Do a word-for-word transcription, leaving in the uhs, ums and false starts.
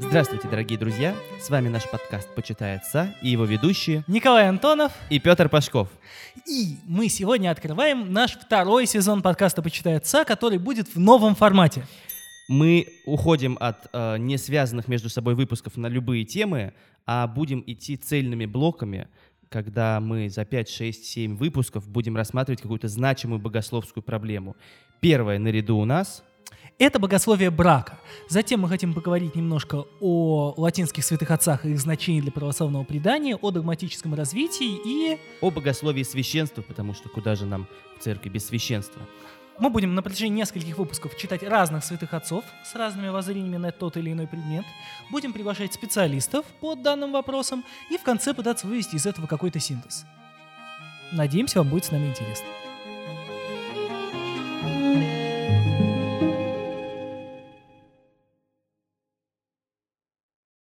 Здравствуйте, дорогие друзья! С вами наш подкаст «Почитай отца» и его ведущие Николай Антонов и Петр Пашков. И мы сегодня открываем наш второй сезон подкаста «Почитай отца», который будет в новом формате. Мы уходим от э, не связанных между собой выпусков на любые темы, а будем идти цельными блоками, когда мы за пять, шесть, семь выпусков будем рассматривать какую-то значимую богословскую проблему. Первое наряду у нас... Это богословие брака. Затем мы хотим поговорить немножко о латинских святых отцах и их значении для православного предания, о догматическом развитии и... о богословии священства, потому что куда же нам в церкви без священства? Мы будем на протяжении нескольких выпусков читать разных святых отцов с разными воззрениями на тот или иной предмет. Будем приглашать специалистов по данным вопросам и в конце пытаться вывести из этого какой-то синтез. Надеемся, вам будет с нами интересно.